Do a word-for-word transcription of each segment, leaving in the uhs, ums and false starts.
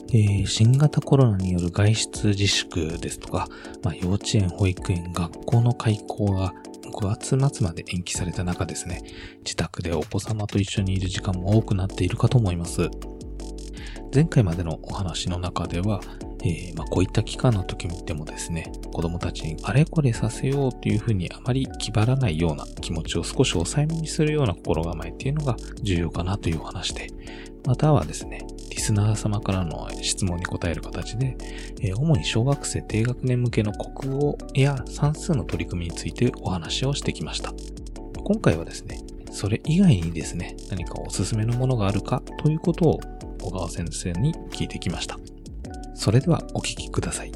えー、新型コロナによる外出自粛ですとか、まあ、幼稚園、保育園、学校の開校がごがつ末まで延期された中ですね、自宅でお子様と一緒にいる時間も多くなっているかと思います。前回までのお話の中では、えーまあ、こういった期間の時でもですね、子供たちにあれこれさせようというふうにあまり気張らないような気持ちを少し抑えめにするような心構えっていうのが重要かなというお話で、またはですね、リスナー様からの質問に答える形で、えー、主に小学生低学年向けの国語や算数の取り組みについてお話をしてきました。今回はですね、それ以外にですね、何かおすすめのものがあるかということを小川先生に聞いてきました。それではお聞きください。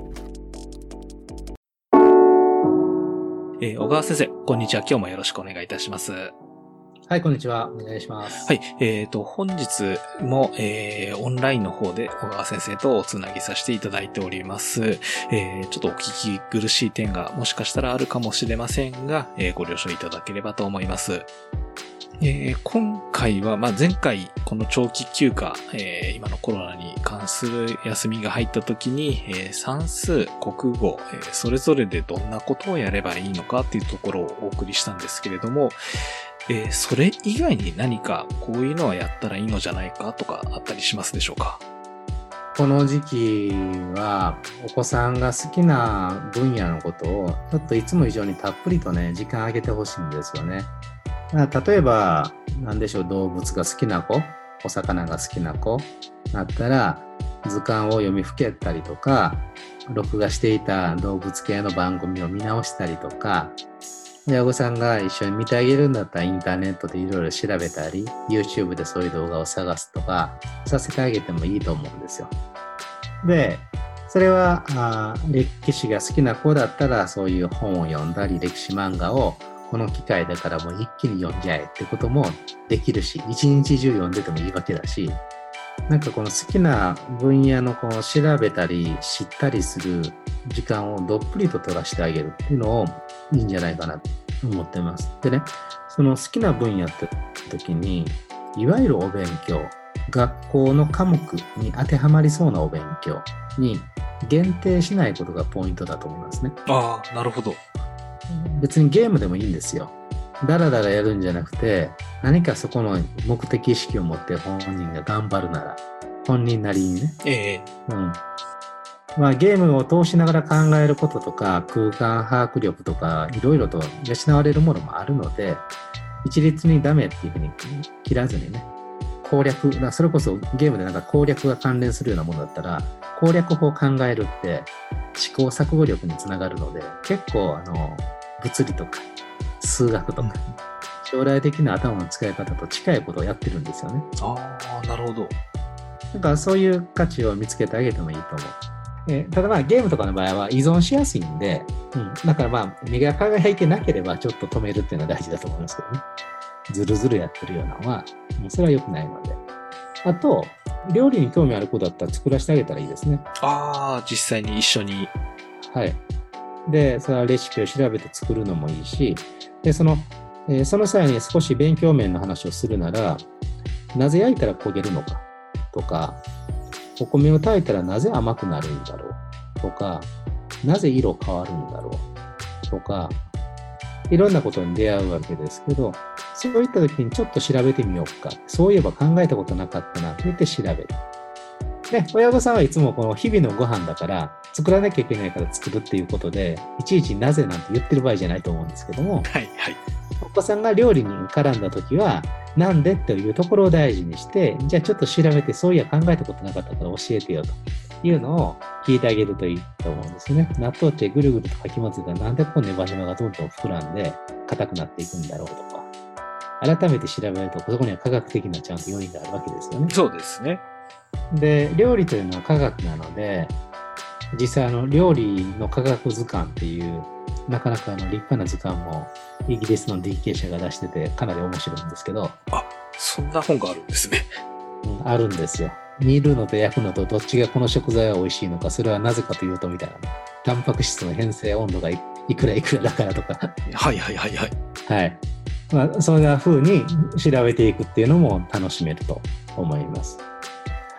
えー、小川先生、こんにちは。今日もよろしくお願いいたします。 はい、こんにちは。お願いします。 はい、えーと、本日も、えー、オンラインの方で小川先生とおつなぎさせていただいております。えー、ちょっとお聞き苦しい点がもしかしたらあるかもしれませんが、えー、ご了承いただければと思います。えー、今回は、まあ、前回この長期休暇、えー、今のコロナに関する休みが入った時に、えー、算数、国語、えー、それぞれでどんなことをやればいいのかっていうところをお送りしたんですけれども、えー、それ以外に何かこういうのはやったらいいのじゃないかとかあったりしますでしょうか？ この時期はお子さんが好きな分野のことをちょっといつも以上にたっぷりとね、時間あげてほしいんですよね。例えば、なんでしょう、動物が好きな子、お魚が好きな子だったら、図鑑を読みふけたりとか、録画していた動物系の番組を見直したりとか、親御さんが一緒に見てあげるんだったらインターネットでいろいろ調べたり、YouTube でそういう動画を探すとかさせてあげてもいいと思うんですよ。で、それはあ歴史が好きな子だったらそういう本を読んだり、歴史漫画をこの機会だからもう一気に読んじゃえってこともできるし、一日中読んでてもいいわけだし、なんかこの好きな分野のこう調べたり知ったりする時間をどっぷりと取らせてあげるっていうのをいいんじゃないかなと思ってます。でね、その好きな分野って時に、いわゆるお勉強、学校の科目に当てはまりそうなお勉強に限定しないことがポイントだと思いますね。 ああ、なるほど。 別にゲームでもいいんですよ。だらだらやるんじゃなくて、何かそこの目的意識を持って本人が頑張るなら、本人なりにね。 ええうん。まあゲームを通しながら考えることとか、空間把握力とか、いろいろと養われるものもあるので、一律にダメっていうふうに切らずにね、攻略、それこそゲームでなんか攻略が関連するようなものだったら、攻略法を考えるって試行錯誤力につながるので、結構あの、物理とか数学とか、うん、将来的な頭の使い方と近いことをやってるんですよね。 ああ、なるほど。 だからそういう価値を見つけてあげてもいいと思う。えただまあゲームとかの場合は依存しやすいんで、うん、だからまあ目が輝いてなければちょっと止めるっていうのは大事だと思いますけどね。ずるずるやってるようなのは、もうそれは良くないので。あと、料理に興味ある子だったら作らせてあげたらいいですね。 ああ、実際に一緒に。 はい。で、それはレシピを調べて作るのもいいし、で、その、えー、その際に少し勉強面の話をするなら、なぜ焼いたら焦げるのかとか、お米を炊いたらなぜ甘くなるんだろうとか、なぜ色変わるんだろうとか、いろんなことに出会うわけですけど、そういった時にちょっと調べてみようか。そういえば考えたことなかったなと言って調べる。で、親御さんはいつもこの日々のご飯だから作らなきゃいけないから作るっていうことで、いちいちなぜなんて言ってる場合じゃないと思うんですけども、 はいはい。 お子さんが料理に絡んだ時は、なんでっていうところを大事にして、じゃあちょっと調べて、そういや考えたことなかったから教えてよというのを聞いてあげるといいと思うんですね。納豆ってぐるぐるとかき混ぜたらなんでこうネバネバがどんどん膨らんで硬くなっていくんだろうとか、改めて調べるとそこには科学的なちゃんと要因があるわけですよね。 そうですね。 で、料理というのは科学なので、実際あの料理の科学図鑑っていうなかなかあの立派な図鑑もイギリスの ディーケー 社が出しててかなり面白いんですけど、 あ、そんな本があるんですね。 うん、あるんですよ。煮るのと焼くのとどっちがこの食材は美味しいのか、それはなぜかというとみたいなね、タンパク質の変性温度が い, いくらいくらだからとかはいはいはいはいはい、まあ、そんな風に調べていくっていうのも楽しめると思います。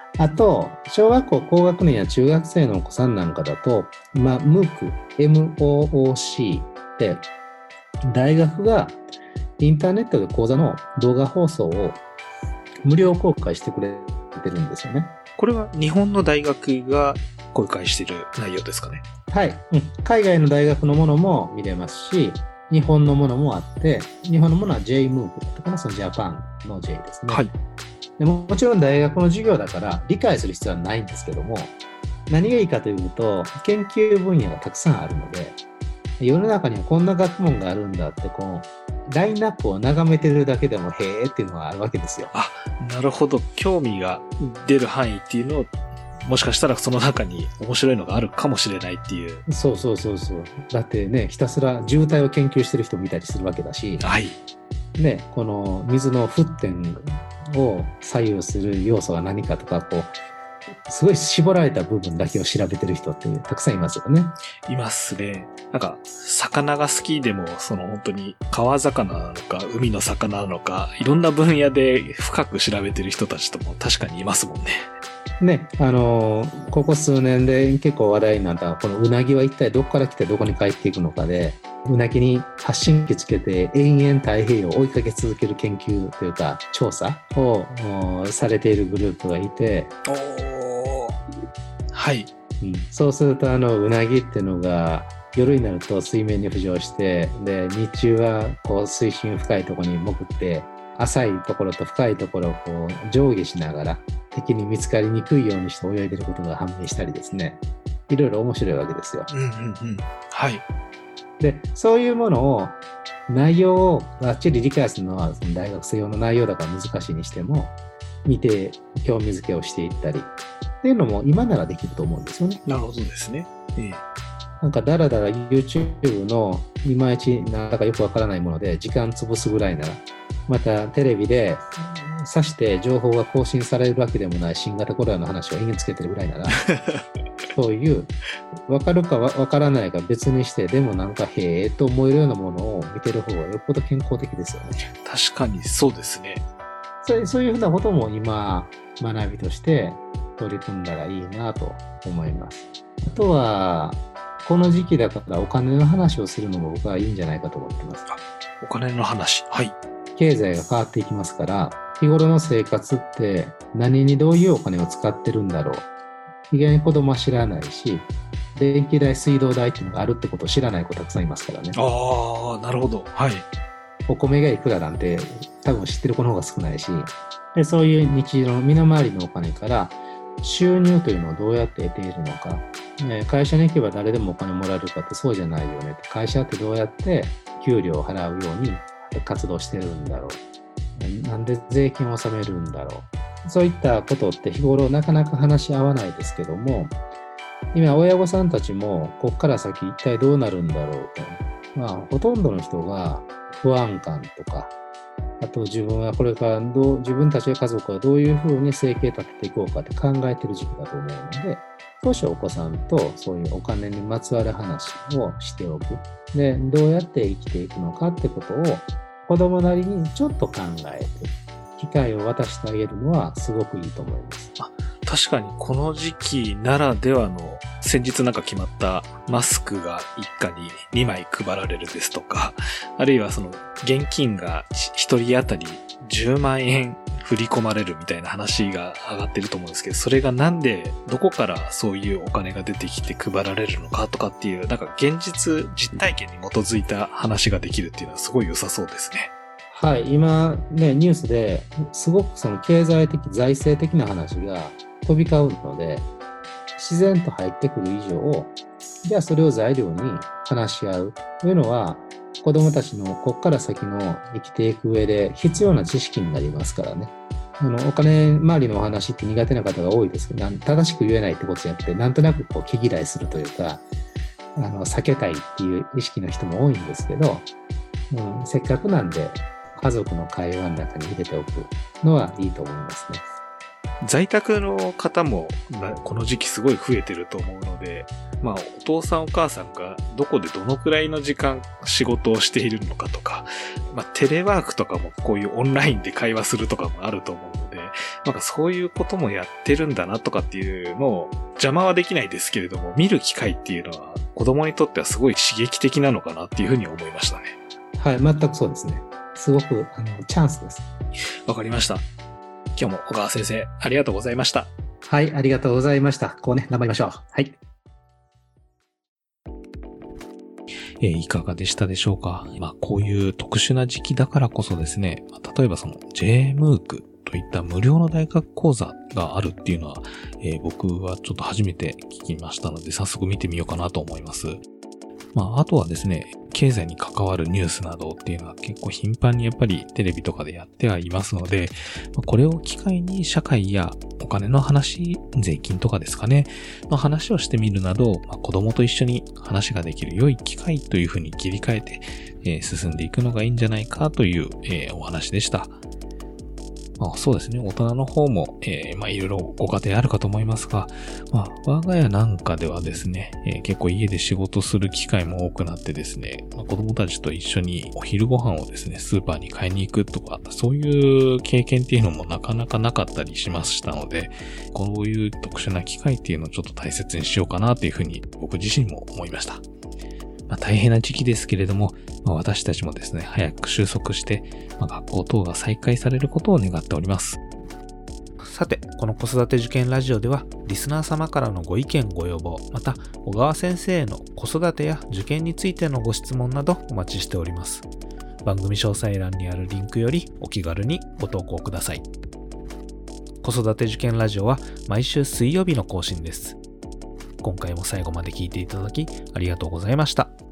あと、小学校高学年や中学生のお子さんなんかだと、まあ、ムーク、エムオーオーシー って大学がインターネットで講座の動画放送を無料公開してくれてるんですよね。 これは日本の大学が公開している内容ですかね。 はい、うん。海外の大学のものも見れますし、日本のものもあって、日本のものは ジェイムーク とかのそのジャパンの J ですね。 はい。 でも、もちろん大学の授業だから理解する必要はないんですけども、何がいいかというと、研究分野がたくさんあるので、世の中にはこんな学問があるんだって、こう、ラインナップを眺めてるだけでも、へーっていうのがあるわけですよ。 あ、なるほど。興味が出る範囲っていうのを、もしかしたらその中に面白いのがあるかもしれないっていう。 そうそうそうそう。だってね、ひたすら渋滞を研究してる人もいたりするわけだし、 はい。 ね、この水の沸点を左右する要素が何かとか、こう、すごい絞られた部分だけを調べてる人ってたくさんいますよね。 いますね。なんか、魚が好きでも、その本当に川魚なのか、海の魚なのか、いろんな分野で深く調べてる人たちとも確かにいますもんね。 ね、あのー、ここ数年で結構話題になったこのうなぎは一体どこから来てどこに帰っていくのかで、うなぎに発信機つけて延々太平洋を追いかけ続ける研究というか調査をされているグループがいて、 おー、はい、 うん、そうするとあのうなぎっていうのが夜になると水面に浮上して、で日中はこう水深深いところに潜って浅いところと深いところをこう上下しながら敵に見つかりにくいようにして泳いでることが判明したりですね、いろいろ面白いわけですよ。 うんうんうん、はい。 で、そういうものを内容をがっちり理解するのはその大学生用の内容だから難しいにしても、見て興味づけをしていったりっていうのも今ならできると思うんですよね。 なるほどですね。ええ、 なんかだらだら YouTube のいまいちなんだかよくわからないもので時間潰すぐらいなら、またテレビでさして情報が更新されるわけでもない新型コロナの話を延々つけてるぐらいならそういう分かるか分からないか別にして、でもなんかへえと思えるようなものを見てる方がよっぽど健康的ですよね。 確かにそうですね。 そう、そういうふうなことも今学びとして取り組んだらいいなと思います。あとはこの時期だからお金の話をするのも僕はいいんじゃないかと思ってます。 お金の話、はい。 経済が変わっていきますから、日頃の生活って何にどういうお金を使ってるんだろう。意外に子供は知らないし、電気代、水道代っていうのがあるってことを知らない子たくさんいますからね。 ああ、なるほど。はい。 お米がいくらなんて多分知ってる子の方が少ないし、でそういう日常の身の回りのお金から収入というのをどうやって得ているのか。会社に行けば誰でもお金もらえるかってそうじゃないよね。会社ってどうやって給料を払うように活動してるんだろう。なんで税金を納めるんだろう。そういったことって日頃なかなか話し合わないですけども、今親御さんたちもここから先一体どうなるんだろうと。まあほとんどの人が不安感とか、あと自分はこれからどう、自分たちや家族はどういうふうに生計立てていこうかって考えてる時期だと思うので、少しお子さんとそういうお金にまつわる話をしておく。で、どうやって生きていくのかってことを子供なりにちょっと考えて、機会を渡してあげるのはすごくいいと思います。 あ、確かにこの時期ならではの、先日なんか決まったマスクが一家ににまい配られるですとか、あるいはその現金が一人当たりじゅうまんえん振り込まれるみたいな話が上がってると思うんですけど、それがなんでどこからそういうお金が出てきて配られるのかとかっていう、なんか現実実体験に基づいた話ができるっていうのはすごい良さそうですね。 はい、今ねニュースですごくその経済的財政的な話が飛び交うので、自然と入ってくる以上、じゃあそれを材料に話し合うというのは子どもたちのここから先の生きていく上で必要な知識になりますからね。あのお金周りのお話って苦手な方が多いですけど、正しく言えないってことじゃなくて、なんとなくこう毛嫌いするというか、あの避けたいっていう意識の人も多いんですけど、うん、せっかくなんで家族の会話の中に入れておくのはいいと思いますね。 在宅の方もこの時期すごい増えてると思うので、まあお父さんお母さんがどこでどのくらいの時間仕事をしているのかとか、まあテレワークとかもこういうオンラインで会話するとかもあると思うので、なんかそういうこともやってるんだなとかっていうのを邪魔はできないですけれども、見る機会っていうのは子供にとってはすごい刺激的なのかなっていうふうに思いましたね。 はい、全くそうですね。すごくあのチャンスです。 わかりました。今日も小川先生、ありがとうございました。 はい、ありがとうございました。こうね、頑張りましょう。はい。 えー、いかがでしたでしょうか。まあ、こういう特殊な時期だからこそですね、例えばその ジェイムーク といった無料の大学講座があるっていうのは、えー、僕はちょっと初めて聞きましたので、早速見てみようかなと思います。まあ、あとはですね、経済に関わるニュースなどっていうのは結構頻繁にやっぱりテレビとかでやってはいますので、これを機会に社会やお金の話、税金とかですかね、の話をしてみるなど、まあ、子供と一緒に話ができる良い機会というふうに切り替えて、えー、進んでいくのがいいんじゃないかという、えー、お話でした。まあ、そうですね。大人の方も、えー、まあ、いろいろご家庭あるかと思いますが、まあ、我が家なんかではですね、えー、結構家で仕事する機会も多くなってですね、まあ、子供たちと一緒にお昼ご飯をですね、スーパーに買いに行くとか、そういう経験っていうのもなかなかなかったりしましたので、こういう特殊な機会っていうのをちょっと大切にしようかなというふうに僕自身も思いました。まあ、大変な時期ですけれども、まあ、私たちもですね、早く収束して、まあ、学校等が再開されることを願っております。さて、この子育て受験ラジオでは、リスナー様からのご意見ご要望、また小川先生への子育てや受験についてのご質問などお待ちしております。番組詳細欄にあるリンクよりお気軽にご投稿ください。子育て受験ラジオは毎週水曜日の更新です。今回も最後まで聞いていただきありがとうございました。